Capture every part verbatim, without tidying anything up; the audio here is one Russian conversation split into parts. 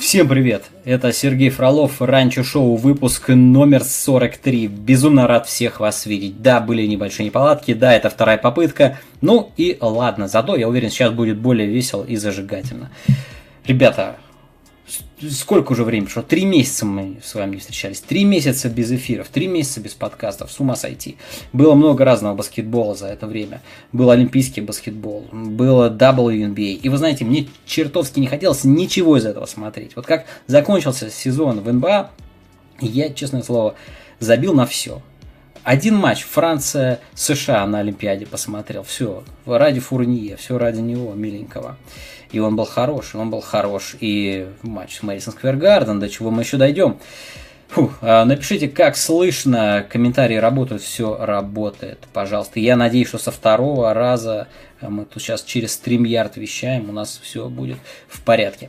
Всем привет! Это Сергей Фролов, Ранчо Шоу, выпуск номер сорок три. Безумно рад всех вас видеть. Да, были небольшие неполадки, да, это вторая попытка. Ну и ладно, зато я уверен, сейчас будет более весело и зажигательно. Ребята, сколько уже времени прошло? Три месяца мы с вами не встречались. Три месяца без эфиров, три месяца без подкастов. С ума сойти. Было много разного баскетбола за это время. Был олимпийский баскетбол, было дабл ю эн би эй. И вы знаете, мне чертовски не хотелось ничего из этого смотреть. Вот как закончился сезон в эн бэ а, я, честное слово, забил на все. Один матч Франция-США на Олимпиаде посмотрел. Все, ради Фурнье, все ради него, миленького. И он был хорош, он был хорош. И матч с Мэдисон Сквер Гарден, до чего мы еще дойдем. Фу, напишите, как слышно, комментарии работают, все работает, пожалуйста. Я надеюсь, что со второго раза, мы тут сейчас через StreamYard вещаем, у нас все будет в порядке.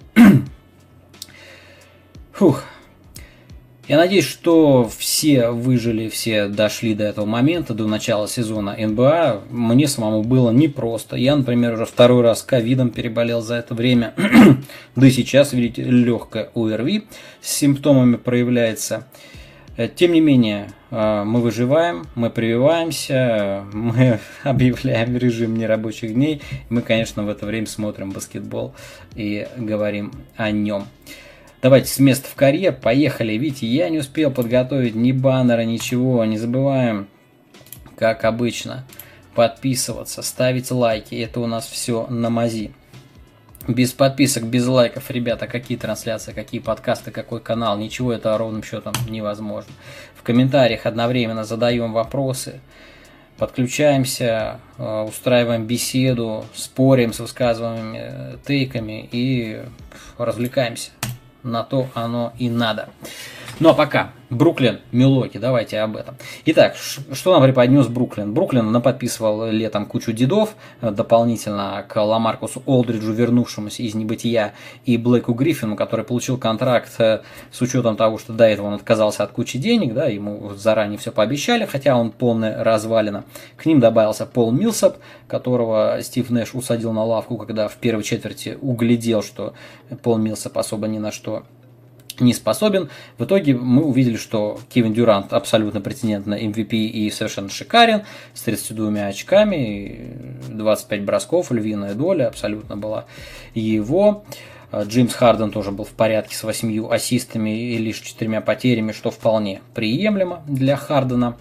Фух. Я надеюсь, что все выжили, все дошли до этого момента, до начала сезона эн бэ а. Мне самому было непросто. Я, например, уже второй раз ковидом переболел за это время. Да и сейчас, видите, легкое о эр ви с симптомами проявляется. Тем не менее, мы выживаем, мы прививаемся, мы объявляем режим нерабочих дней. Мы, конечно, в это время смотрим баскетбол и говорим о нем. Давайте с места в карьер, поехали. Видите, я не успел подготовить ни баннера, ничего. Не забываем, как обычно, подписываться, ставить лайки. Это у нас все на мази. Без подписок, без лайков, ребята, какие трансляции, какие подкасты, какой канал, ничего это ровным счетом невозможно. В комментариях одновременно задаем вопросы, подключаемся, устраиваем беседу, спорим с высказываемыми тейками и развлекаемся. На то оно и надо. Ну а пока, Бруклин, Милуоки, давайте об этом. Итак, что нам преподнес Бруклин? Бруклин наподписывал летом кучу дедов, дополнительно к Ламаркусу Олдриджу, вернувшемуся из небытия, и Блэку Гриффину, который получил контракт с учетом того, что до этого он отказался от кучи денег, да, ему заранее все пообещали, хотя он полная развалина. К ним добавился Пол Милсап, которого Стив Нэш усадил на лавку, когда в первой четверти углядел, что Пол Милсап особо ни на что не способен. В итоге мы увидели, что Кевин Дюрант абсолютно претендент на эм ви пи и совершенно шикарен, с тридцатью двумя очками, двадцать пять бросков, львиная доля абсолютно была его. Джеймс Харден тоже был в порядке с восьмью ассистами и лишь четырьмя потерями, что вполне приемлемо для Хардена.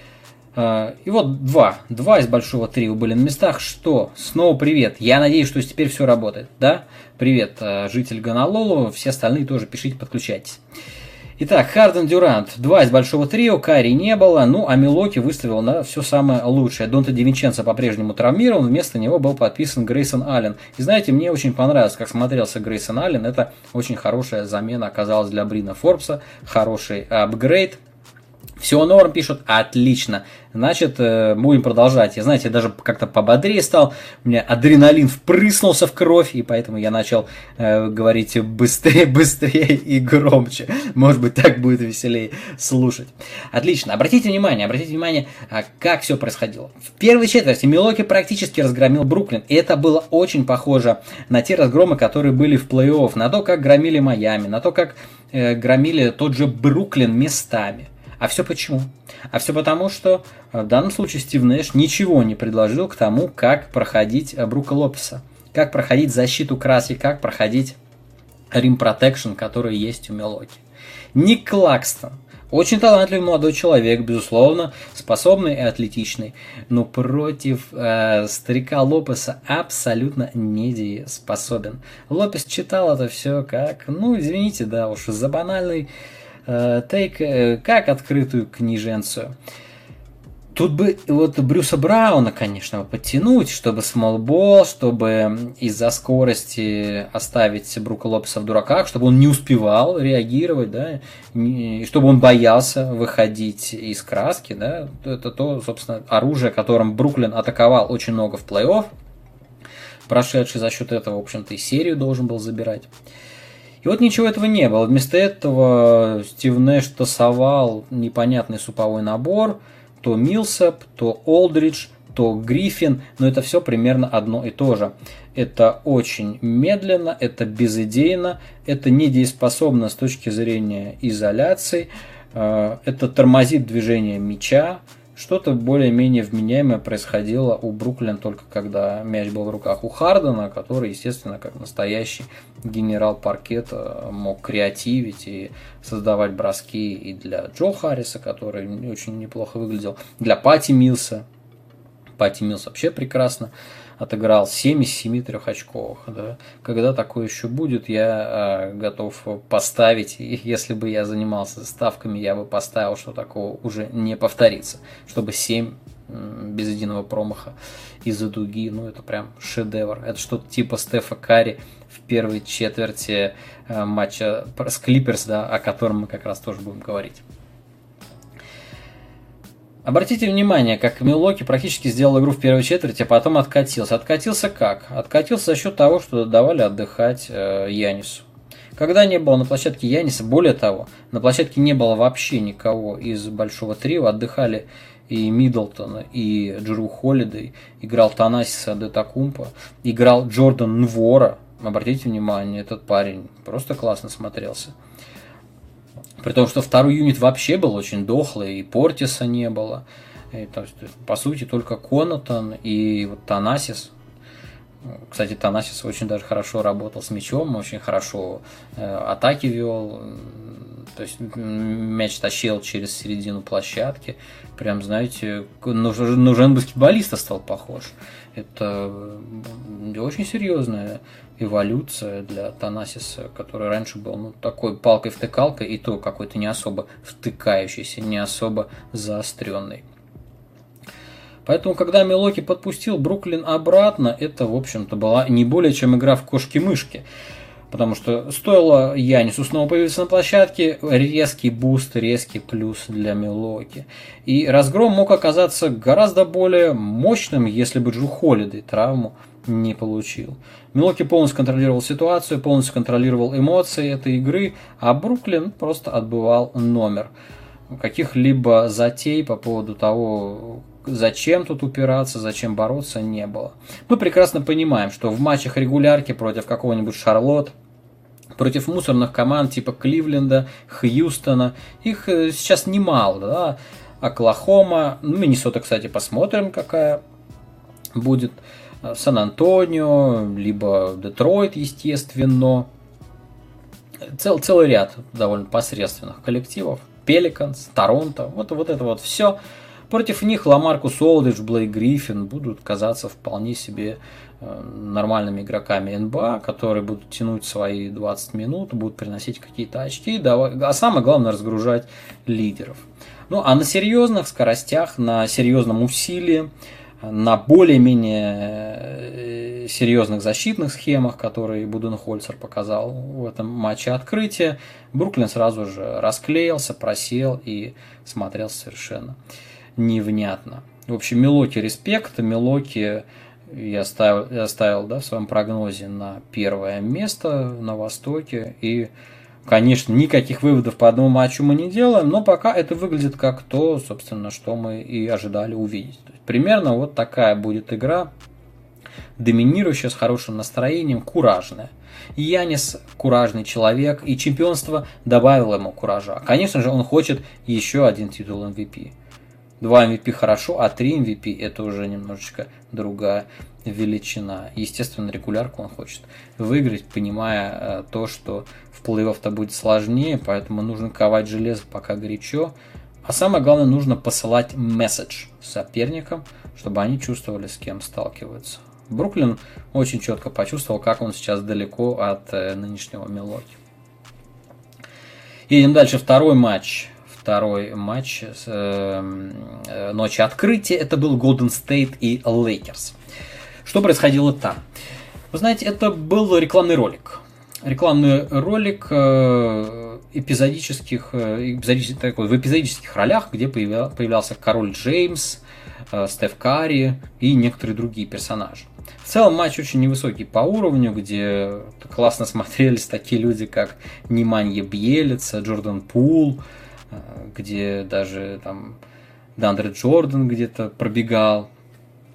И вот два. Два из большого трио были на местах. Что? Снова привет. Я надеюсь, что теперь все работает. Да? Привет, житель Гонололу. Все остальные тоже пишите, подключайтесь. Итак, Харден, Дюрант. Два из большого трио. Карри не было. Ну, а Милуоки выставил на все самое лучшее. Донте Ди Винченцо по-прежнему травмирован. Вместо него был подписан Грейсон Аллен. И знаете, мне очень понравилось, как смотрелся Грейсон Аллен. Это очень хорошая замена оказалась для Брина Форбса. Хороший апгрейд. Все норм, пишут, отлично. Значит, будем продолжать. Я, знаете, даже как-то пободрее стал. У меня адреналин впрыснулся в кровь, и поэтому я начал э, говорить быстрее, быстрее и громче. Может быть, так будет веселее слушать. Отлично. Обратите внимание, обратите внимание, как все происходило. В первой четверти Милуоки практически разгромил Бруклин. И это было очень похоже на те разгромы, которые были в плей-офф. На то, как громили Майами, на то, как э, громили тот же Бруклин местами. А все почему? А все потому, что в данном случае Стив Нэш ничего не предложил к тому, как проходить Брука Лопеса, как проходить защиту краски, как проходить рим протекшн, который есть у Милуоки. Ник Клакстон. Очень талантливый молодой человек, безусловно, способный и атлетичный, но против э, старика Лопеса абсолютно недееспособен. Лопес читал это все как, ну, извините, да уж, за банальный тейк, как открытую книженцию. Тут бы вот Брюса Брауна, конечно, подтянуть, чтобы смолбол, чтобы из-за скорости оставить Брука Лопеса в дураках, чтобы он не успевал реагировать, да, и чтобы он боялся выходить из краски, да. Это то, собственно, оружие, которым Бруклин атаковал очень много в плей-офф, прошедший за счет этого, в общем-то, и серию должен был забирать. И вот ничего этого не было. Вместо этого Стив Нэш тасовал непонятный суповой набор. То Милсап, то Олдридж, то Гриффин, но это все примерно одно и то же. Это очень медленно, это безыдейно, это недееспособно с точки зрения изоляции, это тормозит движение мяча. Что-то более-менее вменяемое происходило у Бруклин только когда мяч был в руках у Хардена, который, естественно, как настоящий генерал паркета мог креативить и создавать броски и для Джо Харриса, который очень неплохо выглядел, для Пати Милса. Пати Милс вообще прекрасно отыграл семь из семи трехочковых. Да. Когда такое еще будет, я э, готов поставить. И если бы я занимался ставками, я бы поставил, что такого уже не повторится. Чтобы семь э, без единого промаха из-за дуги, ну это прям шедевр. Это что-то типа Стефа Карри в первой четверти э, матча с Клиперс, да, о котором мы как раз тоже будем говорить. Обратите внимание, как Милуоки практически сделал игру в первой четверти, а потом откатился. Откатился как? Откатился за счет того, что давали отдыхать э, Янису. Когда не было на площадке Яниса, более того, на площадке не было вообще никого из большого трио, отдыхали и Миддлтон, и Джру Холидей, играл Танасис Адетокумпо, играл Джордан Nwora. Обратите внимание, этот парень просто классно смотрелся. При том, что второй юнит вообще был очень дохлый, и Портиса не было. И, то есть, по сути, только Конатон и вот Танасис. Кстати, Танасис очень даже хорошо работал с мячом, очень хорошо э, атаки вел. То есть мяч тащил через середину площадки. Прям, знаете, на уже баскетболиста стал похож. Это очень серьезная эволюция для Танасиса, который раньше был ну, такой палкой-втыкалкой, и то какой-то не особо втыкающийся, не особо заостренный. Поэтому, когда Милуоки подпустил Бруклин обратно, это, в общем-то, была не более чем игра в кошки-мышки. Потому что стоило Янису снова появиться на площадке, резкий буст, резкий плюс для Милуоки. И разгром мог оказаться гораздо более мощным, если бы Джру Холидей травму не получил. Милуоки полностью контролировал ситуацию, полностью контролировал эмоции этой игры, а Бруклин просто отбывал номер. Каких-либо затей по поводу того, зачем тут упираться, зачем бороться, не было. Мы прекрасно понимаем, что в матчах регулярки против какого-нибудь Шарлотт, против мусорных команд типа Кливленда, Хьюстона, их сейчас немало, да, Оклахома, ну, Миннесота, кстати, посмотрим, какая будет, Сан-Антонио, либо Детройт, естественно, Цел, целый ряд довольно посредственных коллективов, Пеликанс, Торонто, вот, вот это вот все. Против них Ламаркус Олдридж, Блейк Гриффин будут казаться вполне себе нормальными игроками эн би эй, которые будут тянуть свои двадцать минут, будут приносить какие-то очки, а самое главное разгружать лидеров. Ну а на серьезных скоростях, на серьезном усилии, на более-менее серьезных защитных схемах, которые Буденхольцер показал в этом матче открытия, Бруклин сразу же расклеился, просел и смотрелся совершенно невнятно. В общем, Милуоки респект, Милуоки я ставил, я ставил да, в своем прогнозе на первое место на Востоке. И, конечно, никаких выводов по одному матчу мы не делаем, но пока это выглядит как то, собственно, что мы и ожидали увидеть. То есть, примерно вот такая будет игра, доминирующая, с хорошим настроением, куражная. Янис куражный человек, и чемпионство добавило ему куража. Конечно же, он хочет еще один титул эм ви пи. Два эм ви пи хорошо, а три эм ви пи это уже немножечко другая величина. Естественно, регулярку он хочет выиграть, понимая э, то, что в плей-офф-то будет сложнее, поэтому нужно ковать железо пока горячо. А самое главное, нужно посылать месседж соперникам, чтобы они чувствовали, с кем сталкиваются. Бруклин очень четко почувствовал, как он сейчас далеко от э, нынешнего Милуоки. Едем дальше. Второй матч. Второй матч с, э, ночи открытия. Это был Golden State и Lakers. Что происходило там? Вы знаете, это был рекламный ролик. Рекламный ролик э, эпизодических, э, эпизодических такой, в эпизодических ролях, где появля, появлялся король Джеймс, э, Стеф Карри и некоторые другие персонажи. В целом матч очень невысокий по уровню, где классно смотрелись такие люди, как Неманья Бьелица, Джордан Пул, где даже там Деандре Джордан где-то пробегал.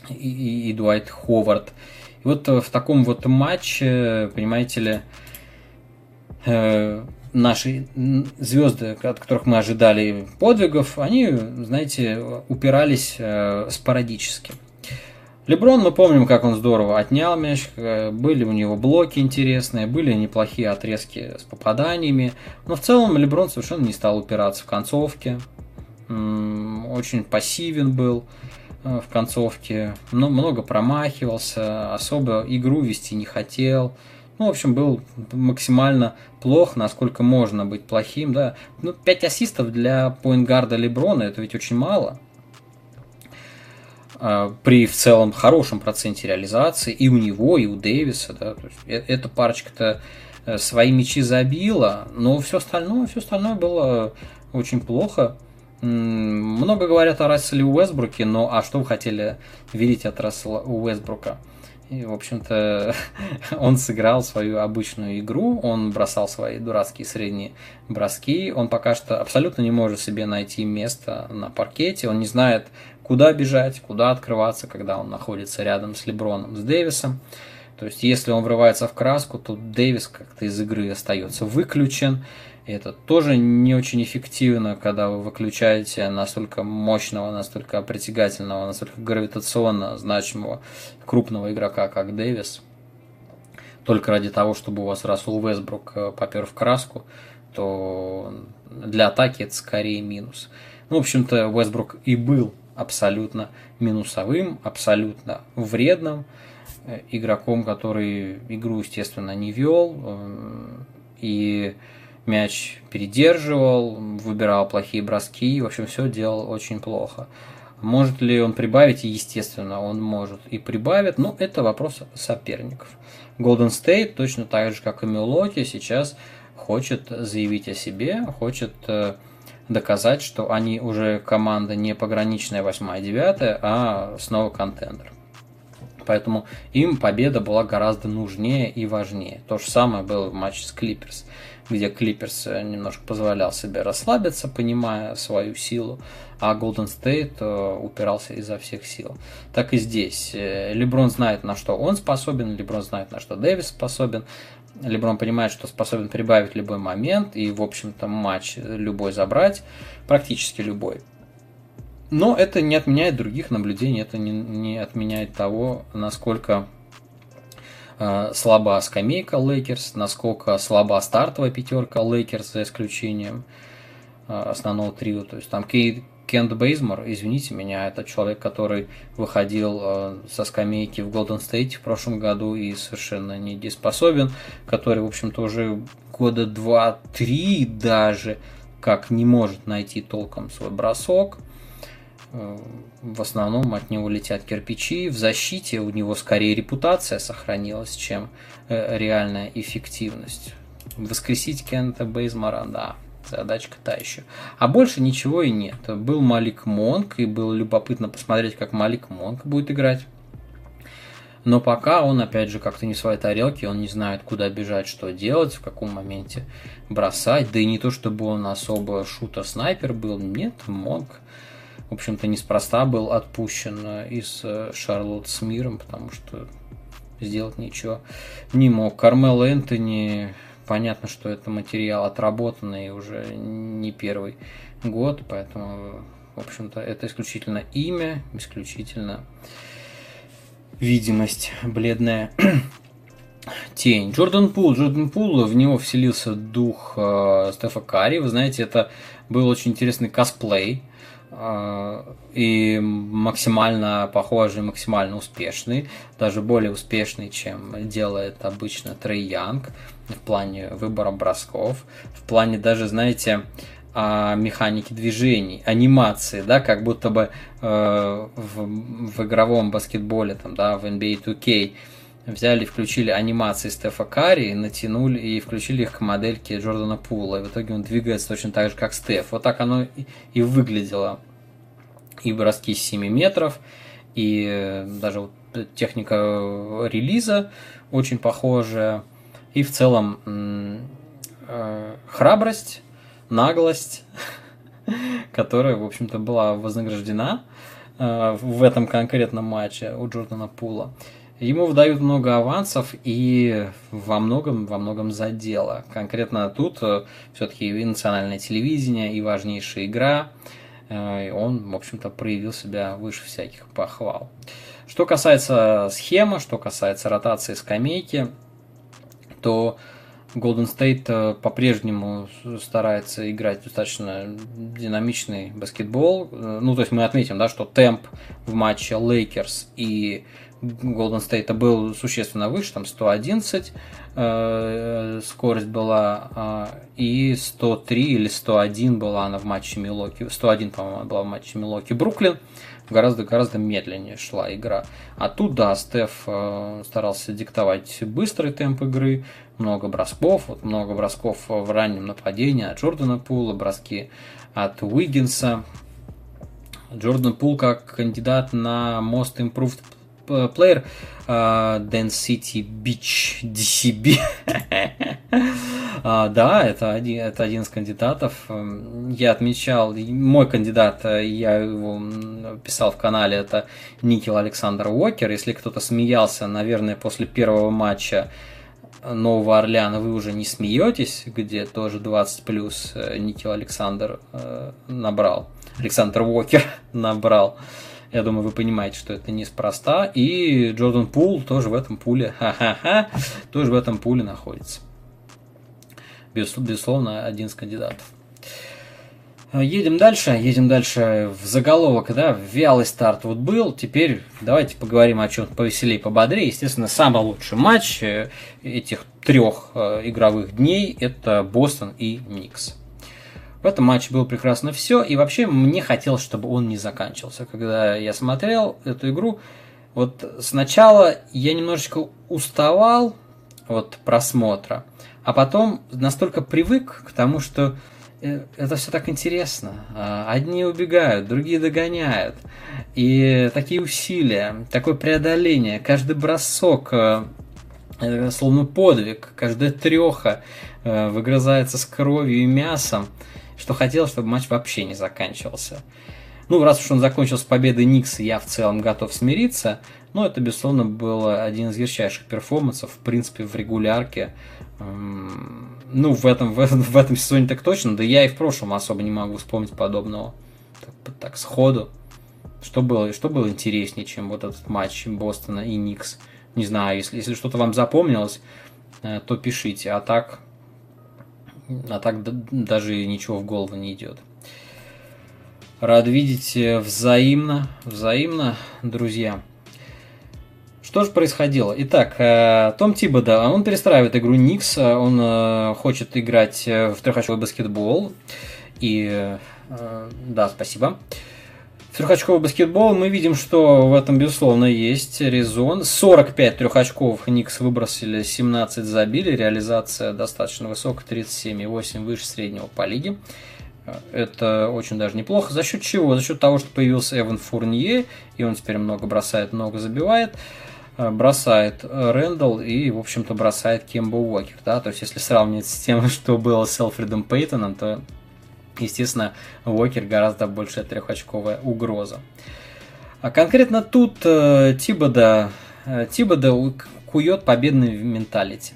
и, и, и Дуайт Ховард. И вот в таком вот матче, понимаете ли, э, наши звезды, от которых мы ожидали подвигов, они, знаете, упирались э, спорадически. Леброн, мы помним, как он здорово отнял мяч, были у него блоки интересные, были неплохие отрезки с попаданиями, но в целом Леброн совершенно не стал упираться в концовке, очень пассивен был в концовке, много промахивался, особо игру вести не хотел. Ну, в общем, был максимально плох, насколько можно быть плохим, да. Ну, пять ассистов для поинтгарда Леброна, это ведь очень мало. При в целом хорошем проценте реализации и у него, и у Дэвиса, да. То есть, эта парочка-то свои мячи забила, но все остальное, все остальное было очень плохо. Много говорят о Расселе Уэсбруке, но а что вы хотели видеть от Рассела Уэсбрука? И, в общем-то, он сыграл свою обычную игру, он бросал свои дурацкие средние броски, он пока что абсолютно не может себе найти место на паркете, он не знает, куда бежать, куда открываться, когда он находится рядом с Леброном, с Дэвисом. То есть, если он врывается в краску, то Дэвис как-то из игры остается выключен. И это тоже не очень эффективно, когда вы выключаете настолько мощного, настолько притягательного, настолько гравитационно значимого крупного игрока, как Дэвис, только ради того, чтобы у вас Рассел Уэсбрук попер в краску, то для атаки это скорее минус. Ну, в общем-то, Уэсбрук и был абсолютно минусовым, абсолютно вредным игроком, который игру, естественно, не вел, и мяч передерживал, выбирал плохие броски, в общем, все делал очень плохо. Может ли он прибавить? Естественно, он может и прибавит, но это вопрос соперников. Golden State, точно так же, как и Милуоки, сейчас хочет заявить о себе, хочет доказать, что они уже команда не пограничная восьмая-девятая, а снова контендер. Поэтому им победа была гораздо нужнее и важнее. То же самое было в матче с Клиперс, где Клиперс немножко позволял себе расслабиться, понимая свою силу, а Golden State упирался изо всех сил. Так и здесь. Леброн знает, на что он способен, Леброн знает, на что Дэвис способен. Леброн понимает, что способен прибавить любой момент и, в общем-то, матч любой забрать, практически любой. Но это не отменяет других наблюдений, это не, не отменяет того, насколько э, слаба скамейка Лейкерс, насколько слаба стартовая пятерка Лейкерс, за исключением э, основного трио. То есть там Кей, Кент Бейзмор, извините меня, это человек, который выходил э, со скамейки в Голден Стейте в прошлом году и совершенно недееспособен, который, в общем-то, уже года два-три даже как не может найти толком свой бросок. В основном от него летят кирпичи. В защите у него скорее репутация сохранилась, чем реальная эффективность. Воскресить Кента Бейзмора, да, задачка та еще. А больше ничего и нет. Был Малик Монк, и было любопытно посмотреть, как Малик Монк будет играть. Но пока он, опять же, как-то не в своей тарелке, он не знает, куда бежать, что делать, в каком моменте бросать. Да и не то, чтобы он особо шутер-снайпер был. Нет, Монк, в общем-то, неспроста был отпущен из Шарлотт с миром, потому что сделать ничего не мог. Кармел Энтони, понятно, что это материал отработанный уже не первый год, поэтому, в общем-то, это исключительно имя, исключительно видимость, бледная тень. Джордан Пул, Джордан Пул, в него вселился дух э, Стефа Карри. Вы знаете, это был очень интересный косплей. И максимально похожий, максимально успешный, даже более успешный, чем делает обычно Трей Янг в плане выбора бросков, в плане даже, знаете, механики движений, анимации, да, как будто бы э, в, в игровом баскетболе, там, да, в эн би эй ту кей взяли, включили анимации Стефа Карри, натянули и включили их к модельке Джордана Пула. И в итоге он двигается точно так же, как Стеф. Вот так оно и выглядело. И броски с семи метров, и даже вот техника релиза очень похожая. И в целом э, храбрость, наглость, которая, в общем-то, была вознаграждена в этом конкретном матче у Джордана Пула. Ему выдают много авансов и во многом, во многом за дело. Конкретно тут все-таки и национальное телевидение, и важнейшая игра. Он, в общем-то, проявил себя выше всяких похвал. Что касается схемы, что касается ротации скамейки, то Golden State по-прежнему старается играть достаточно динамичный баскетбол. Ну, то есть мы отметим, да, что темп в матче Lakers и Golden State был существенно выше, там сто одиннадцать э, скорость была, э, и сто три или сто один была она в матче Милуоки, сто один, по-моему, была в матче Милуоки-Бруклин, гораздо-гораздо медленнее шла игра. А тут, да, Стеф э, старался диктовать быстрый темп игры, много бросков, вот много бросков в раннем нападении от Джордана Пула, броски от Уиггинса. Джордан Пул как кандидат на Most Improved Player, uh, Density Beach ди си би. uh, да, это один, это один из кандидатов. Я отмечал, мой кандидат, я его писал в канале, это Никел Александр Уокер. Если кто-то смеялся, наверное, после первого матча Нового Орлеана вы уже не смеетесь, где тоже двадцать плюс Никел Александр uh, набрал. Александр Уокер набрал. Я думаю, вы понимаете, что это неспроста. И Джордан Пул тоже в этом пуле, ха-ха-ха, тоже в этом пуле находится. Безусловно, один из кандидатов. Едем дальше, едем дальше в заголовок, да, вялый старт вот был. Теперь давайте поговорим о чем-то повеселее, пободрее. Естественно, самый лучший матч этих трех игровых дней – это Бостон и Никс. В этом матче было прекрасно все, и вообще мне хотелось, чтобы он не заканчивался. Когда я смотрел эту игру, вот сначала я немножечко уставал от просмотра, а потом настолько привык к тому, что это все так интересно. Одни убегают, другие догоняют. И такие усилия, такое преодоление, каждый бросок, словно подвиг, каждая треха выгрызается с кровью и мясом, что хотел, чтобы матч вообще не заканчивался. Ну, раз уж он закончился победой Никса, я в целом готов смириться, но это, безусловно, был один из ярчайших перформансов, в принципе, в регулярке. Ну, в этом, в этом, в этом сезоне так точно, да я и в прошлом особо не могу вспомнить подобного. Так, так сходу. Что было, что было интереснее, чем вот этот матч Бостона и Никс? Не знаю, если, если что-то вам запомнилось, то пишите, а так... А так даже ничего в голову не идет. Рад видеть взаимно, взаимно, друзья. Что же происходило? Итак, Том Тибодо, он перестраивает игру Никс, он хочет играть в трехочковый баскетбол. И да, спасибо. Трехочковый баскетбол, мы видим, что в этом, безусловно, есть резон. сорок пять трехочковых Никс выбросили, семнадцать забили. Реализация достаточно высокая, тридцать семь и восемь выше среднего по лиге. Это очень даже неплохо. За счет чего? За счет того, что появился Эван Фурнье, и он теперь много бросает, много забивает. Бросает Рэндалл и, в общем-то, бросает Кемба Уокер. Да? То есть, если сравнивать с тем, что было с Элфредом Пейтоном, то... Естественно, Уокер гораздо большая трехочковая угроза. А конкретно тут э, Тибодо, э, Тибодо кует победный менталити.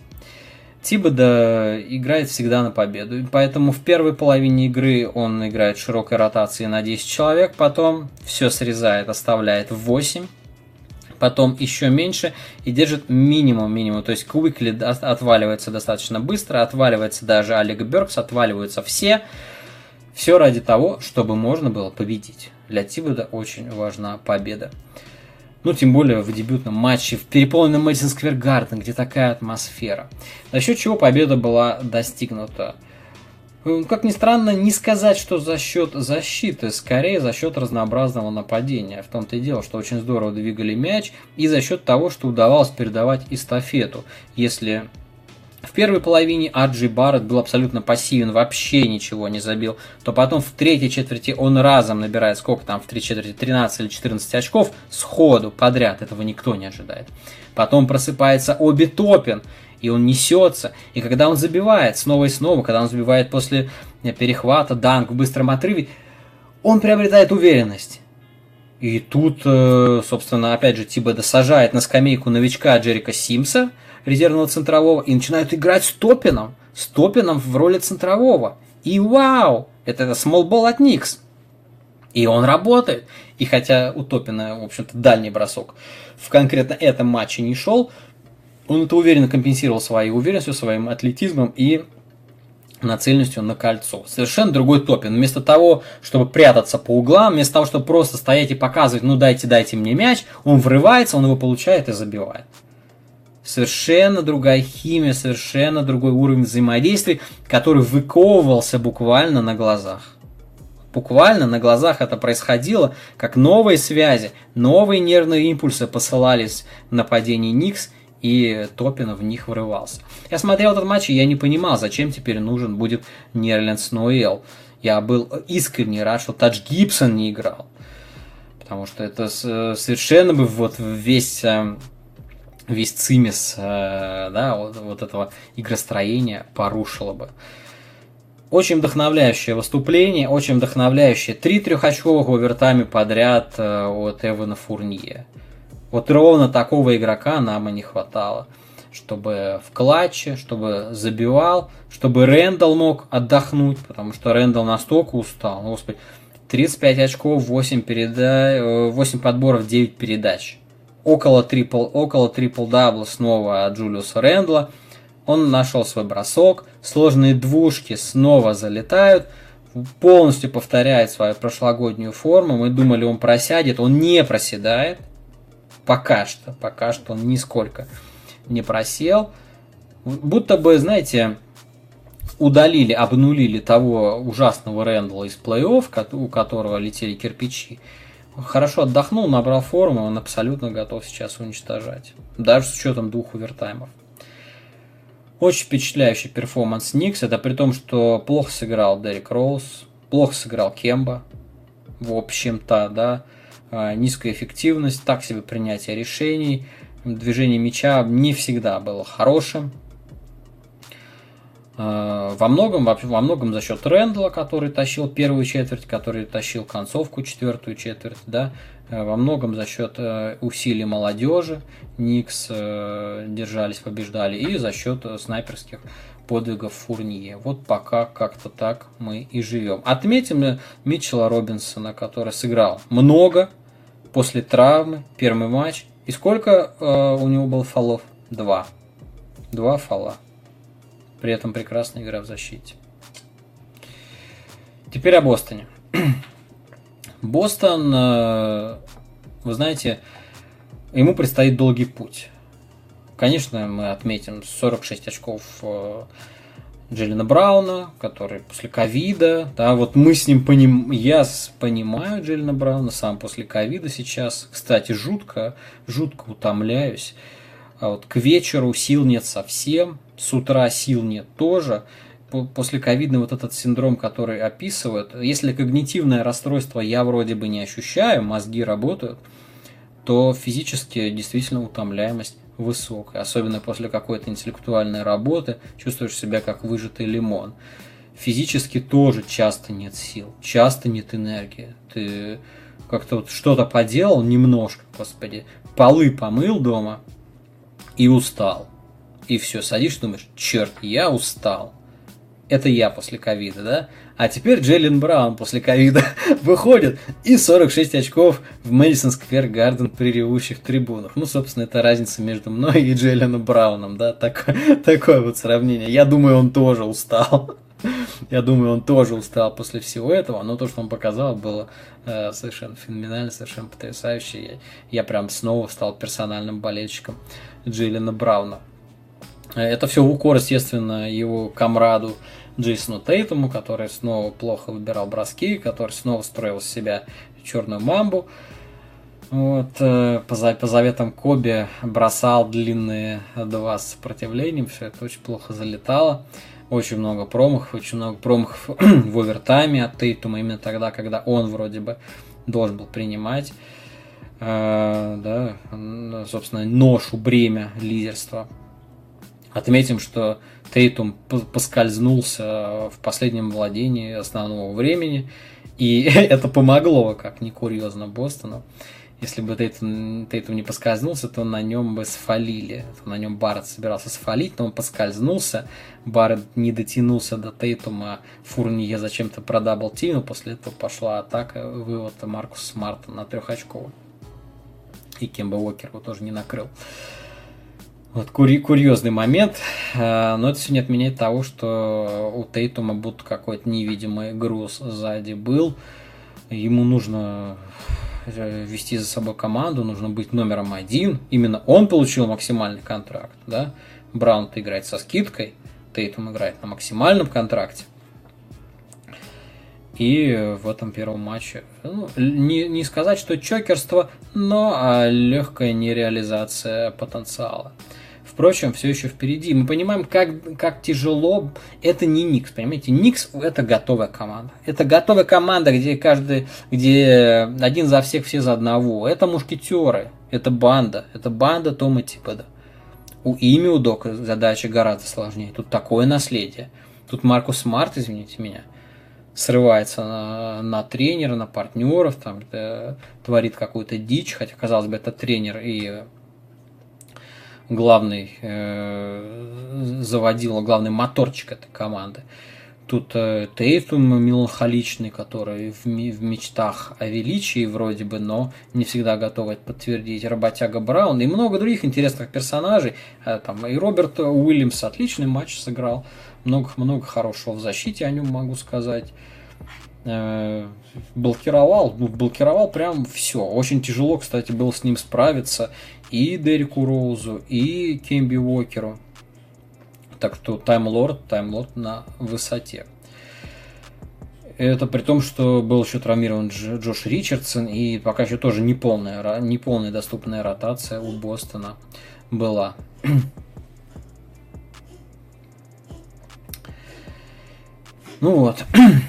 Тибодо играет всегда на победу. Поэтому в первой половине игры он играет широкой ротацией на десять человек, потом все срезает, оставляет восемь. Потом еще меньше и держит минимум минимум. То есть Куикли отваливается достаточно быстро, отваливается даже Алек Бёркс, отваливаются все. Все ради того, чтобы можно было победить. Для Тибодо очень важна победа. Ну, тем более в дебютном матче в переполненном Мэдисон Сквер Гарден, где такая атмосфера. За счет чего победа была достигнута. Как ни странно, не сказать, что за счет защиты, скорее за счет разнообразного нападения. В том-то и дело, что очень здорово двигали мяч, и за счет того, что удавалось передавать эстафету. Если... В первой половине Аджи Барретт был абсолютно пассивен, вообще ничего не забил, то потом в третьей четверти он разом набирает, сколько там в третьей четверти, тринадцать или четырнадцать очков, сходу, подряд, этого никто не ожидает. Потом просыпается Оби Топин, и он несется, и когда он забивает снова и снова, когда он забивает после перехвата, данк в быстром отрыве, он приобретает уверенность. И тут, собственно, опять же, Тибеда сажает на скамейку новичка Джерика Симса, резервного центрового, и начинают играть с Топином. С Топином в роли центрового. И вау! Это, это смолбол от Никс. И он работает. И хотя у Топина, в общем-то, дальний бросок в конкретно этом матче не шел, он это уверенно компенсировал своей уверенностью, своим атлетизмом и нацеленностью на кольцо. Совершенно другой Топин. Вместо того, чтобы прятаться по углам, вместо того, чтобы просто стоять и показывать, ну дайте, дайте мне мяч, он врывается, он его получает и забивает. Совершенно другая химия, совершенно другой уровень взаимодействия, который выковывался буквально на глазах. Буквально на глазах это происходило, как новые связи, новые нервные импульсы посылались в нападение Никс, и Топин в них врывался. Я смотрел этот матч, и я не понимал, зачем теперь нужен будет Нерлинс Ноэл. Я был искренне рад, что Тадж Гибсон не играл. Потому что это совершенно бы вот весь, весь цимис, да, вот, вот этого игростроения порушило бы. Очень вдохновляющее выступление, очень вдохновляющее. Три трехочковых в овертайме подряд от Эвана Фурнье. Вот ровно такого игрока нам и не хватало. Чтобы в клатче, чтобы забивал, чтобы Рэндалл мог отдохнуть, потому что Рэндалл настолько устал. Ну, господи, тридцать пять очков, восемь, переда... восемь подборов, девять передач. Около трипл, около трипл-дабла снова от Джулиуса Рэндалла. Он нашел свой бросок, сложные двушки снова залетают, полностью повторяет свою прошлогоднюю форму. Мы думали, он просядет, он не проседает. Пока что, пока что он нисколько не просел. Будто бы, знаете, удалили, обнулили того ужасного Рэндалла из плей-офф, у которого летели кирпичи. Хорошо отдохнул, набрал форму, он абсолютно готов сейчас уничтожать. Даже с учетом двух овертаймов. Очень впечатляющий перформанс Никс. Это при том, что плохо сыграл Дерек Роуз, плохо сыграл Кемба. В общем-то, да. Низкая эффективность, так себе принятие решений. Движение мяча не всегда было хорошим. Во многом, во многом за счет Рэндалла, который тащил первую четверть, который тащил концовку, четвертую четверть, да. Во многом за счет усилий молодежи Никс держались, побеждали, и за счет снайперских подвигов Фурнье. Вот пока как-то так мы и живем. Отметим Митчелла Робинсона, который сыграл много после травмы, первый матч. И сколько э, у него было фолов? Два. Два фола. При этом прекрасная игра в защите. Теперь о Бостоне. Бостон, э, вы знаете, ему предстоит долгий путь. Конечно, мы отметим сорок шесть очков э, Джейлена Брауна, который после ковида, да, вот мы с ним поним... я понимаю Джейлена Брауна сам после ковида сейчас, кстати, жутко, жутко утомляюсь, а вот к вечеру сил нет совсем, с утра сил нет тоже, после ковидный вот этот синдром, который описывают, если когнитивное расстройство я вроде бы не ощущаю, мозги работают, то физически действительно утомляемость высокая, особенно после какой-то интеллектуальной работы, чувствуешь себя как выжатый лимон. Физически тоже часто нет сил, часто нет энергии. Ты как-то вот что-то поделал немножко, господи, полы помыл дома и устал. И все, садишься, думаешь, черт, я устал. Это я после ковида, да? А теперь Джейлен Браун после ковида выходит и сорок шесть очков в Мэдисон Сквер Гарден при ревущих трибунах. Ну, собственно, это разница между мной и Джейленом Брауном, да? Так, такое вот сравнение. Я думаю, он тоже устал. Я думаю, он тоже устал после всего этого, но то, что он показал, было э, совершенно феноменально, совершенно потрясающе. Я, я прям снова стал персональным болельщиком Джейлена Брауна. Это все в укор, естественно, его комраду Джейсону Тейтуму, который снова плохо выбирал броски, который снова строил из себя черную мамбу. Вот, по, по заветам Коби бросал длинные два с сопротивлением, все это очень плохо залетало. Очень много промахов, очень много промахов в овертайме от Тейтума, именно тогда, когда он вроде бы должен был принимать, э, да, собственно, ношу, бремя лидерства. Отметим, что Тейтум поскользнулся в последнем владении основного времени, и это помогло, как ни курьезно, Бостону. Если бы Тейтум, Тейтум не поскользнулся, то на нем бы сфалили. На нем Барретт собирался сфалить, но он поскользнулся. Барретт не дотянулся до Тейтума. Фурнье зачем-то продаблтимил. После этого пошла атака. Вывод Маркуса Смарта на трехочковый. И Кемба Уокер его тоже не накрыл. Вот кури- курьезный момент. Но это все не отменяет того, что у Тейтума будто какой-то невидимый груз сзади был. Ему нужно вести за собой команду, нужно быть номером один. Именно он получил максимальный контракт. Да? Браун-то играет со скидкой, Тейтум играет на максимальном контракте. И в этом первом матче, ну, не, не сказать, что чокерство, но а, легкая нереализация потенциала. Впрочем, все еще впереди. Мы понимаем, как, как тяжело. Это не Никс, понимаете? Никс – это готовая команда. Это готовая команда, где каждый, где один за всех, все за одного. Это мушкетеры, это банда, это банда Тома Тибода. У Ими Удока задача гораздо сложнее. Тут такое наследие. Тут Маркус Смарт, извините меня, срывается на, на тренера, на партнеров, там, творит какую-то дичь, хотя, казалось бы, это тренер и главный э, заводил, главный моторчик этой команды. Тут э, Тейтум меланхоличный, который в, в мечтах о величии вроде бы, но не всегда готов это подтвердить. Работяга Браун и много других интересных персонажей. Э, там, и Роберт Уильямс отличный матч сыграл. Много-много хорошего в защите о нем могу сказать. Э, блокировал, ну, блокировал прям все. Очень тяжело, кстати, было с ним справиться и Дереку Роузу, и Кемби Уокеру. Так что Таймлорд, Таймлорд на высоте. Это при том, что был еще травмирован Дж, Джош Ричардсон, и пока еще тоже неполная, неполная доступная ротация у Бостона была. Ну вот.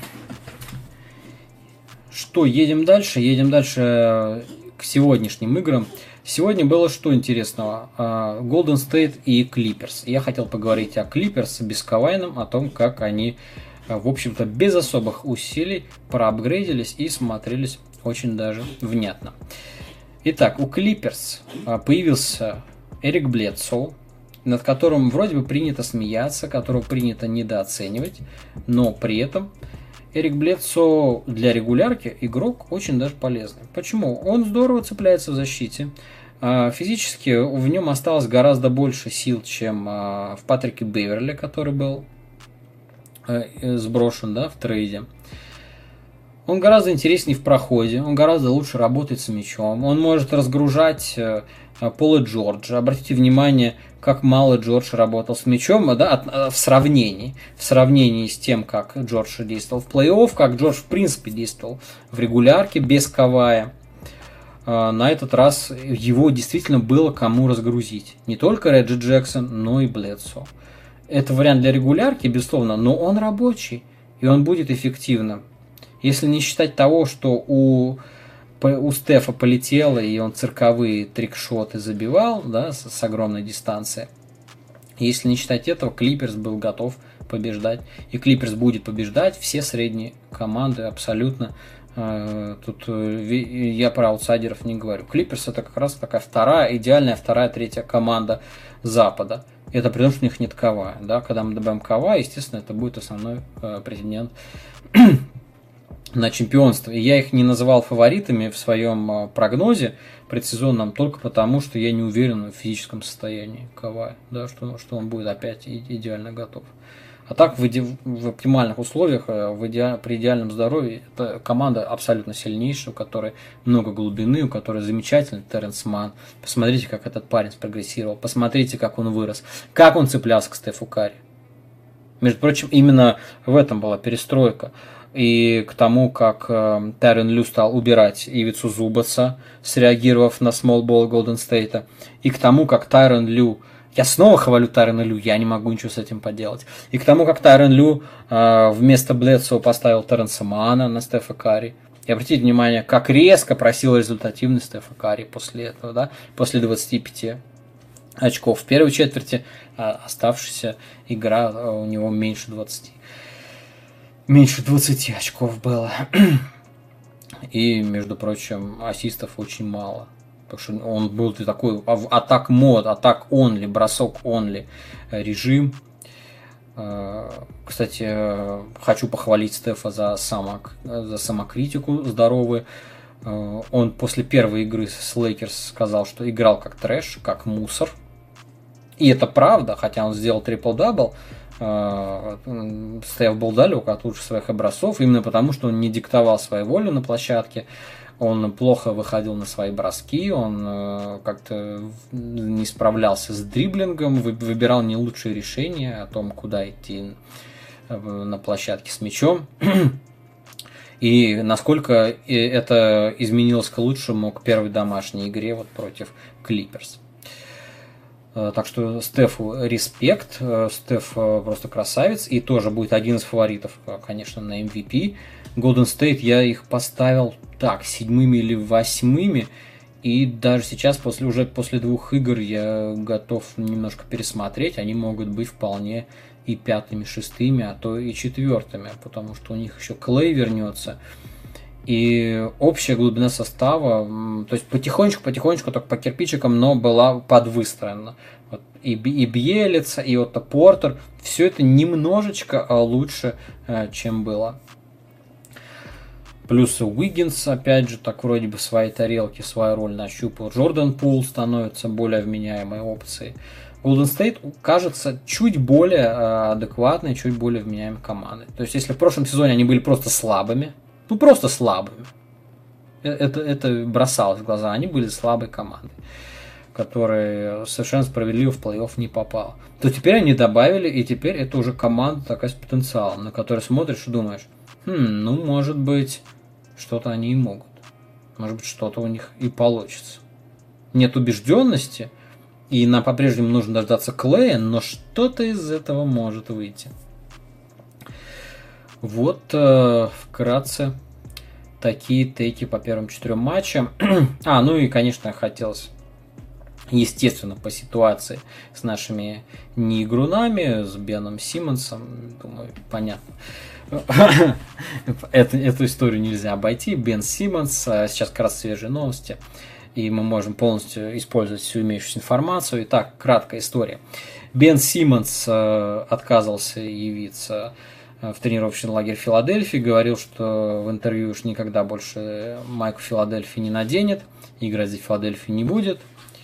Что, едем дальше? Едем дальше к сегодняшним играм. Сегодня было что интересного? Golden State и Clippers. Я хотел поговорить о Clippers без Кавайном, о том, как они, в общем-то, без особых усилий проапгрейдились и смотрелись очень даже внятно. Итак, у Clippers появился Эрик Бледсоу, над которым вроде бы принято смеяться, которого принято недооценивать, но при этом Эрик Бледсоу для регулярки игрок очень даже полезный. Почему? Он здорово цепляется в защите. Физически в нем осталось гораздо больше сил, чем в Патрике Беверли, который был сброшен, да, в трейде. Он гораздо интереснее в проходе, он гораздо лучше работает с мячом, он может разгружать Пола Джорджа. Обратите внимание, как мало Джордж работал с мячом, да, в сравнении. В сравнении с тем, как Джордж действовал в плей-офф, как Джордж в принципе действовал в регулярке без Кавая. На этот раз его действительно было кому разгрузить. Не только Реджи Джексон, но и Бледсо. Это вариант для регулярки, безусловно, но он рабочий, и он будет эффективным. Если не считать того, что у, у Стефа полетело, и он цирковые трикшоты забивал, да, с, с огромной дистанции. Если не считать этого, Клиперс был готов побеждать. И Клиперс будет побеждать все средние команды абсолютно. Тут я про аутсайдеров не говорю. Клиперс это как раз такая вторая, идеальная вторая, третья команда Запада. Это при том, что у них нет Кавая. Да? Когда мы добавим Кавая, естественно, это будет основной э, претендент на чемпионство. И я их не называл фаворитами в своем э, прогнозе предсезонном только потому, что я не уверен в физическом состоянии Кавая, да? что, что он будет опять идеально готов. А так в, иде... в оптимальных условиях, в иде... при идеальном здоровье, это команда абсолютно сильнейшая, у которой много глубины, у которой замечательный Терренс Манн. Посмотрите, как этот парень спрогрессировал, посмотрите, как он вырос, как он цеплялся к Стефу Карри. Между прочим, именно в этом была перестройка. И к тому, как э, Тайрон Лю стал убирать Ивицу Зубаса, среагировав на смолбол Голден Стейта, и к тому, как Тайрон Лю... Я снова хвалю Тайрона Лю, я не могу ничего с этим поделать. И к тому, как Тайрон Лю э, вместо Бледсоу поставил Терренса Мана на Стефа Карри. И обратите внимание, как резко просил результативность Стефа Карри после этого, да, после двадцати пяти очков в первой четверти, а оставшаяся игра у него меньше двадцати. Меньше двадцати очков было. И, между прочим, ассистов очень мало. Потому что он был такой атак мод, атак онли, бросок онли режим. Кстати, хочу похвалить Стефа за, самок, за самокритику здоровую. Он после первой игры с Лейкерс сказал, что играл как трэш, как мусор. И это правда, хотя он сделал трипл-дабл. Стеф был далек от лучших своих образцов, именно потому, что он не диктовал свою волю на площадке. Он плохо выходил на свои броски, он как-то не справлялся с дриблингом, выбирал не лучшие решения о том, куда идти на площадке с мячом. И насколько это изменилось к лучшему к первой домашней игре вот против Клиперс. Так что Стефу респект, Стеф просто красавец и тоже будет один из фаворитов, конечно, на эм ви пи. Golden State я их поставил так, седьмыми или восьмыми, и даже сейчас, после, уже после двух игр, я готов немножко пересмотреть, они могут быть вполне и пятыми, шестыми, а то и четвертыми, потому что у них еще Клей вернется, и общая глубина состава, то есть потихонечку-потихонечку, только по кирпичикам, но была подвыстроена. Вот и, и Бьелица, и Отто Портер, все это немножечко лучше, чем было. Плюс Уиггинс, опять же, так вроде бы свои тарелки, свою роль нащупал. Джордан Пул становится более вменяемой опцией. Golden State кажется чуть более адекватной, чуть более вменяемой командой. То есть, если в прошлом сезоне они были просто слабыми, ну просто слабыми, это, это бросалось в глаза, они были слабой командой, которая совершенно справедливо в плей-офф не попала, то теперь они добавили, и теперь это уже команда такая с потенциалом, на которую смотришь и думаешь, хм, ну может быть, что-то они и могут. Может быть, что-то у них и получится. Нет убежденности, и нам по-прежнему нужно дождаться Клея, но что-то из этого может выйти. Вот э, вкратце такие тейки по первым четырем матчам. а, ну и, конечно, хотелось, естественно, по ситуации с нашими неигрунами, с Беном Симмонсом, думаю, понятно. Эту, эту историю нельзя обойти. Бен Симмонс, сейчас как раз свежие новости, и мы можем полностью использовать всю имеющуюся информацию. Итак, краткая история. Бен Симмонс отказывался явиться в тренировочный лагерь Филадельфии, говорил, что в интервью уж никогда больше майку Филадельфии не наденет, играть за Филадельфию не будет.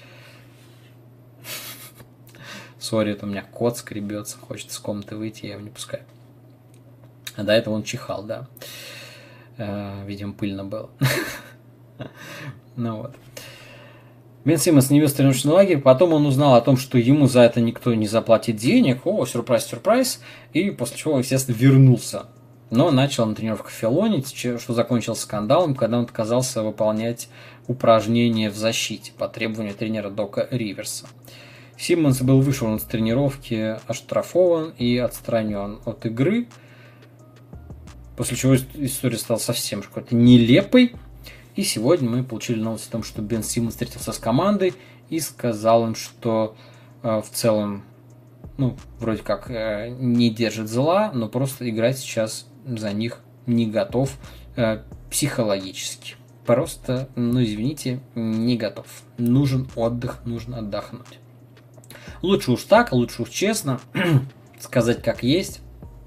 Сори, это у меня кот скребется, хочет из комнаты выйти, я его не пускаю. А до этого он чихал, да. Э, видимо, пыльно было. Ну вот. Бен Симмонс не вез в тренировочный лагерь, потом он узнал о том, что ему за это никто не заплатит денег. О, сюрприз-сюрприз. И после чего, естественно, вернулся. Но начал на тренировках филонить, что закончилось скандалом, когда он отказался выполнять упражнения в защите по требованию тренера Дока Риверса. Симмонс был вышвырнут с тренировки, оштрафован и отстранен от игры. После чего история стала совсем какой-то нелепой. И сегодня мы получили новость о том, что Бен Симмонс встретился с командой и сказал им, что э, в целом, ну, вроде как э, не держит зла, но просто играть сейчас за них не готов э, психологически. Просто, ну, извините, не готов. Нужен отдых, нужно отдохнуть. Лучше уж так, лучше уж честно, сказать как есть.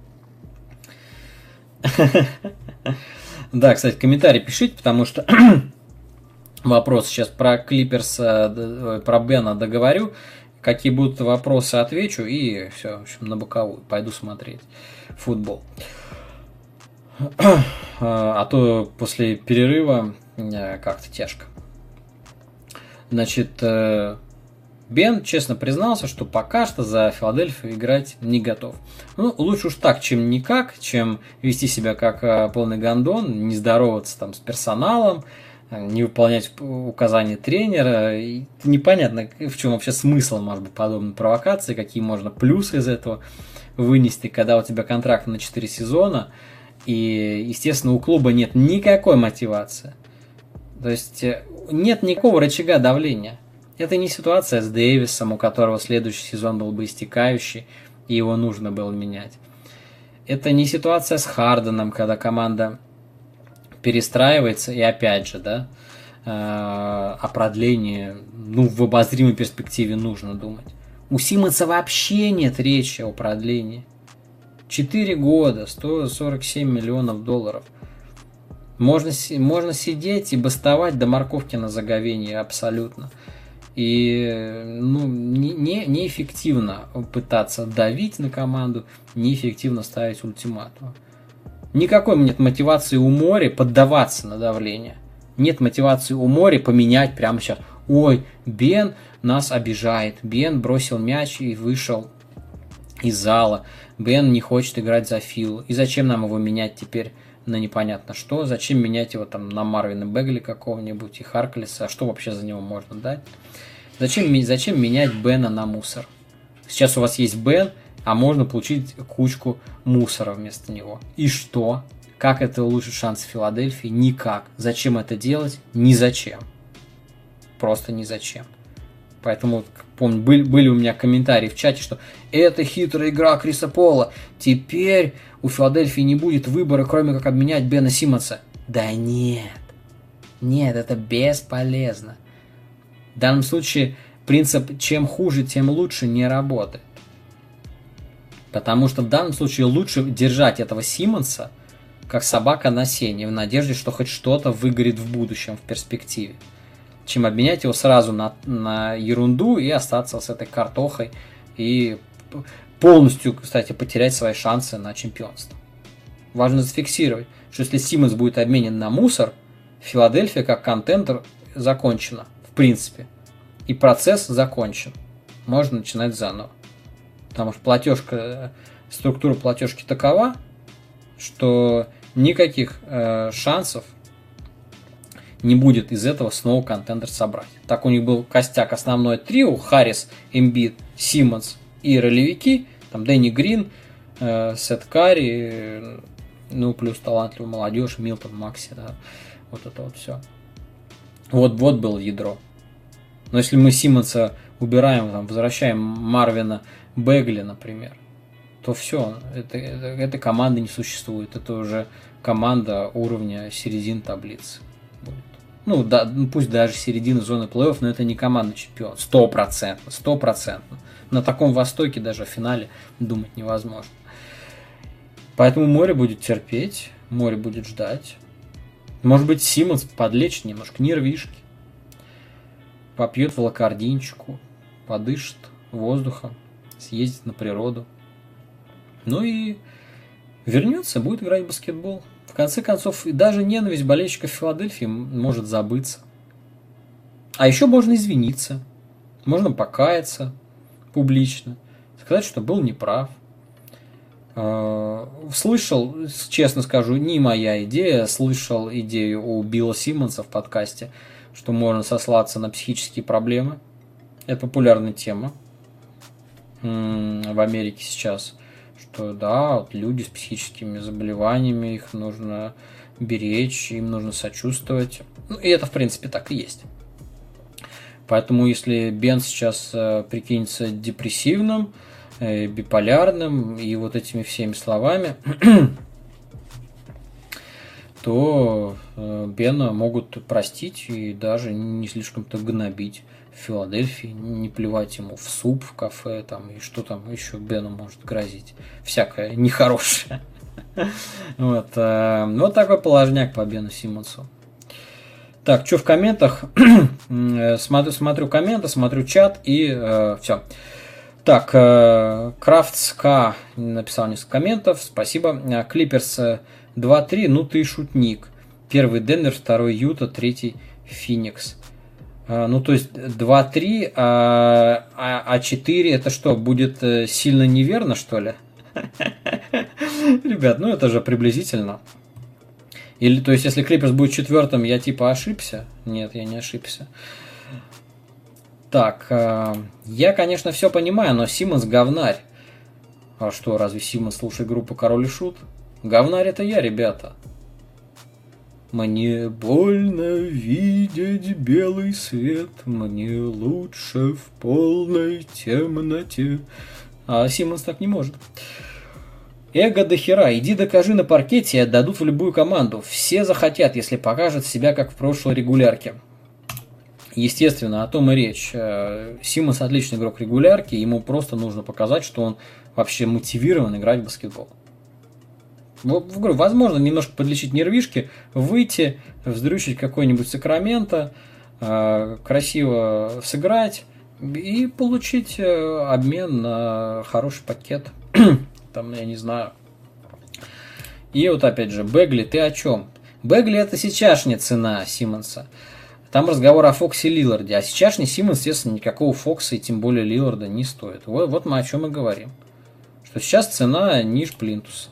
Да, кстати, комментарий пишите, потому что вопрос сейчас про Клиперс, про Бена договорю. Какие будут вопросы, отвечу, и все, в общем, на боковую пойду смотреть футбол. А то после перерыва как-то тяжко. Значит, Бен честно признался, что пока что за Филадельфию играть не готов. Ну, лучше уж так, чем никак, чем вести себя как полный гондон, не здороваться там с персоналом, не выполнять указания тренера. И непонятно, в чем вообще смысл, может быть, подобной провокации, какие можно плюсы из этого вынести, когда у тебя контракт на четыре сезона, и, естественно, у клуба нет никакой мотивации. То есть нет никакого рычага давления. Это не ситуация с Дэвисом, у которого следующий сезон был бы истекающий, и его нужно было менять. Это не ситуация с Харденом, когда команда перестраивается, и опять же, да, о продлении, ну, в обозримой перспективе нужно думать. У Симмонса вообще нет речи о продлении. Четыре года, сто сорок семь миллионов долларов. Можно, можно сидеть и бастовать до морковки на заговении абсолютно. И ну, не, не, неэффективно пытаться давить на команду, неэффективно ставить ультиматум. Никакой нет мотивации у Мори поддаваться на давление. Нет мотивации у Мори поменять прямо сейчас. Ой, Бен нас обижает. Бен бросил мяч и вышел из зала. Бен не хочет играть за Фил. И зачем нам его менять теперь на непонятно что? Зачем менять его там на Марвина Бегли какого-нибудь и Харклиса? А что вообще за него можно дать? Зачем, зачем менять Бена на мусор? Сейчас у вас есть Бен, а можно получить кучку мусора вместо него. И что? Как это улучшит шансы Филадельфии? Никак. Зачем это делать? Ни зачем. Просто ни зачем. Поэтому, помню, были, были у меня комментарии в чате, что это хитрая игра Криса Пола. Теперь у Филадельфии не будет выбора, кроме как обменять Бена Симмонса. Да нет. Нет, это бесполезно. В данном случае принцип «чем хуже, тем лучше» не работает. Потому что в данном случае лучше держать этого Симмонса как собака на сене, в надежде, что хоть что-то выгорит в будущем, в перспективе, чем обменять его сразу на, на ерунду и остаться с этой картохой и полностью, кстати, потерять свои шансы на чемпионство. Важно зафиксировать, что если Симмонс будет обменен на мусор, Филадельфия как контендер закончена, в принципе. И процесс закончен. Можно начинать заново. Потому что платежка, структура платежки такова, что никаких э, шансов не будет из этого снова контендер собрать. Так у них был костяк, основное трио: Харрис, Эмбит, Симмонс и ролевики, там Дэнни Грин, э, Сет Карри, ну плюс талантливая молодежь, Милтон, Макси, да, вот это вот все. Вот, вот было ядро. Но если мы Симмонса убираем, там, возвращаем Марвина Бегли, например, то все, это, это, этой команды не существует. Это уже команда уровня середины таблицы будет. Ну, да, пусть даже середины зоны плей-офф, но это не команда чемпион. Сто процентов, сто процентов. На таком Востоке даже в финале думать невозможно. Поэтому море будет терпеть, море будет ждать. Может быть, Симмонс подлечит немножко нервишки, попьет волокординчику, подышит воздухом, съездит на природу. Ну и вернется, будет играть в баскетбол. В конце концов, и даже ненависть болельщиков Филадельфии может забыться. А еще можно извиниться, можно покаяться публично, сказать, что был неправ. Слышал, честно скажу, не моя идея, слышал идею у Билла Симмонса в подкасте, что можно сослаться на психические проблемы. Это популярная тема в Америке сейчас. Что да, вот люди с психическими заболеваниями, их нужно беречь, им нужно сочувствовать. Ну, и это, в принципе, так и есть. Поэтому, если Бен сейчас э, прикинется депрессивным, э, биполярным и вот этими всеми словами, то э, Бена могут простить и даже не слишком-то гнобить в Филадельфии, не плевать ему в суп в кафе, там, и что там еще Бену может грозить. Всякое нехорошее. Вот, вот такой положняк по Бену Симмонсу. Так, что в комментах? смотрю, смотрю комменты, смотрю чат и э, все. Так, э, Крафтска написал несколько комментов, спасибо. Клиперс два три, ну ты шутник. Первый Денвер, второй Юта, третий Феникс. Ну, то есть два три, а, а четыре это что, будет сильно неверно, что ли? Ребят, ну это же приблизительно. Или, то есть, если Клиперс будет четвертым, я типа ошибся? Нет, я не ошибся. Так, я, конечно, все понимаю, но Симмонс говнарь. А что, разве Симмонс слушает группу Король и Шут? Говнарь это я, ребята. Мне больно видеть белый свет, мне лучше в полной темноте. А Симмонс так не может. Эго до хера, иди докажи на паркете и отдадут в любую команду. Все захотят, если покажет себя, как в прошлой регулярке. Естественно, о том и речь. Симмонс отличный игрок регулярки, ему просто нужно показать, что он вообще мотивирован играть в баскетбол. Возможно, немножко подлечить нервишки, выйти, вздрючить какой-нибудь Сакраменто, красиво сыграть и получить обмен на хороший пакет. Там, я не знаю. И вот опять же, Бегли, ты о чем? Бегли это сейчасшняя цена Симмонса. Там разговор о Фоксе Лилларде. А сейчасшний Симмонс, естественно, никакого Фокса и тем более Лилларда не стоит. Вот, вот мы о чем и говорим. Что сейчас цена ниже плинтуса.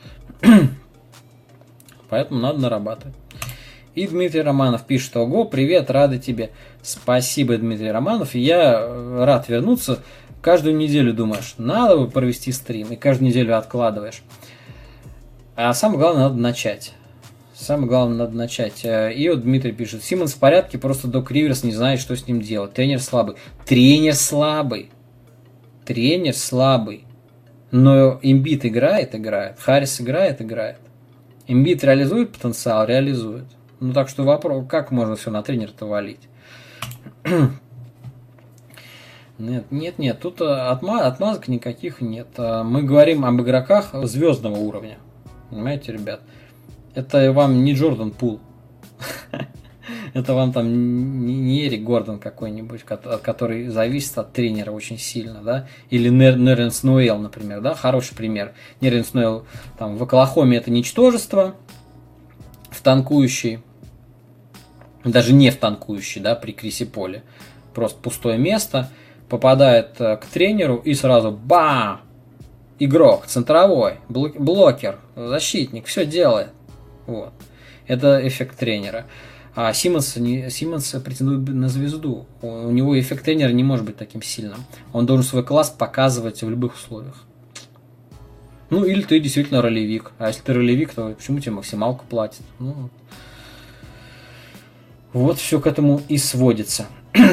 Поэтому надо нарабатывать. И Дмитрий Романов пишет: ого, привет, рады тебе. Спасибо, Дмитрий Романов. Я рад вернуться. Каждую неделю думаешь, надо бы провести стрим, и каждую неделю откладываешь. А самое главное, надо начать. Самое главное, надо начать. И вот Дмитрий пишет: Симмонс в порядке, просто Док Риверс не знает, что с ним делать. Тренер слабый. Тренер слабый. Тренер слабый. Но Эмбит играет, играет. Харрис играет, играет. Эмбит реализует потенциал, реализует. Ну так что вопрос, как можно все на тренера-то валить? Нет, нет, нет, тут отма- отмазок никаких нет. Мы говорим об игроках звездного уровня. Понимаете, ребят? Это вам не Джордан Пул. Это вам там не Эрик Гордон какой-нибудь, который зависит от тренера очень сильно, да? Или Неренс Ноэл, например, да? Хороший пример. Неренс Ноэл там в Оклахоме это ничтожество, в танкующей, даже не в танкующей, да, при Крисе Поле. Просто пустое место. Попадает к тренеру и сразу бам! Игрок, центровой, блокер, защитник, все делает. Вот. Это эффект тренера. А Симмонс, Симмонс претендует на звезду. У него эффект тренера не может быть таким сильным. Он должен свой класс показывать в любых условиях. Ну, или ты действительно ролевик. А если ты ролевик, то почему тебе максималку платят? Ну, вот все к этому и сводится.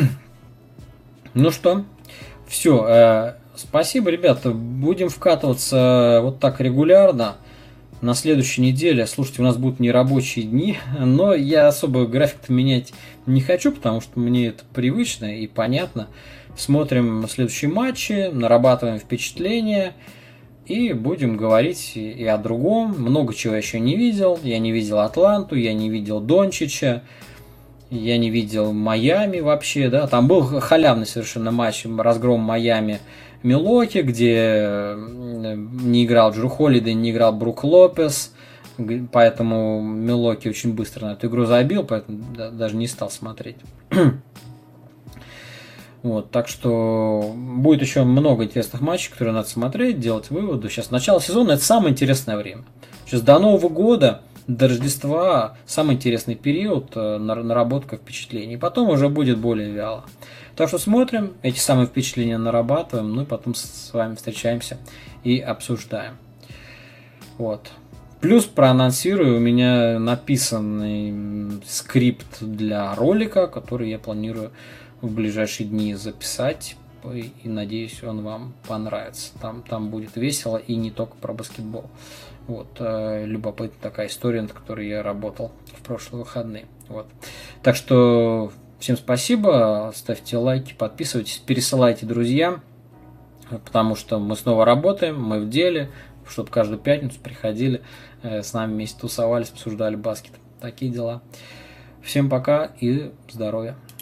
Ну что, все. Э, спасибо, ребята. Будем вкатываться вот так регулярно. На следующей неделе, слушайте, у нас будут нерабочие дни, но я особо график-то менять не хочу, потому что мне это привычно и понятно. Смотрим следующие матчи, нарабатываем впечатления и будем говорить и о другом. Много чего я еще не видел. Я не видел Атланту, я не видел Дончича, я не видел Майами вообще, да. Там был халявный совершенно матч, разгром Майами Милоки, где не играл Джру Холлидей, не играл Брук Лопес, поэтому Милоки очень быстро на эту игру забил, поэтому даже не стал смотреть. Вот, так что будет еще много интересных матчей, которые надо смотреть, делать выводы. Сейчас начало сезона — это самое интересное время. Сейчас до Нового года, до Рождества самый интересный период, наработка впечатлений. Потом уже будет более вяло. Так что смотрим, эти самые впечатления нарабатываем, ну и потом с вами встречаемся и обсуждаем. Вот. Плюс проанонсирую, у меня написанный скрипт для ролика, который я планирую в ближайшие дни записать. И, и надеюсь, он вам понравится. Там, там будет весело и не только про баскетбол. Вот, э, любопытная такая история, над которой я работал в прошлые выходные. Вот. Так что всем спасибо, ставьте лайки, подписывайтесь, пересылайте друзьям, потому что мы снова работаем, мы в деле, чтобы каждую пятницу приходили, э, с нами вместе тусовались, обсуждали баскет. Такие дела. Всем пока и здоровья.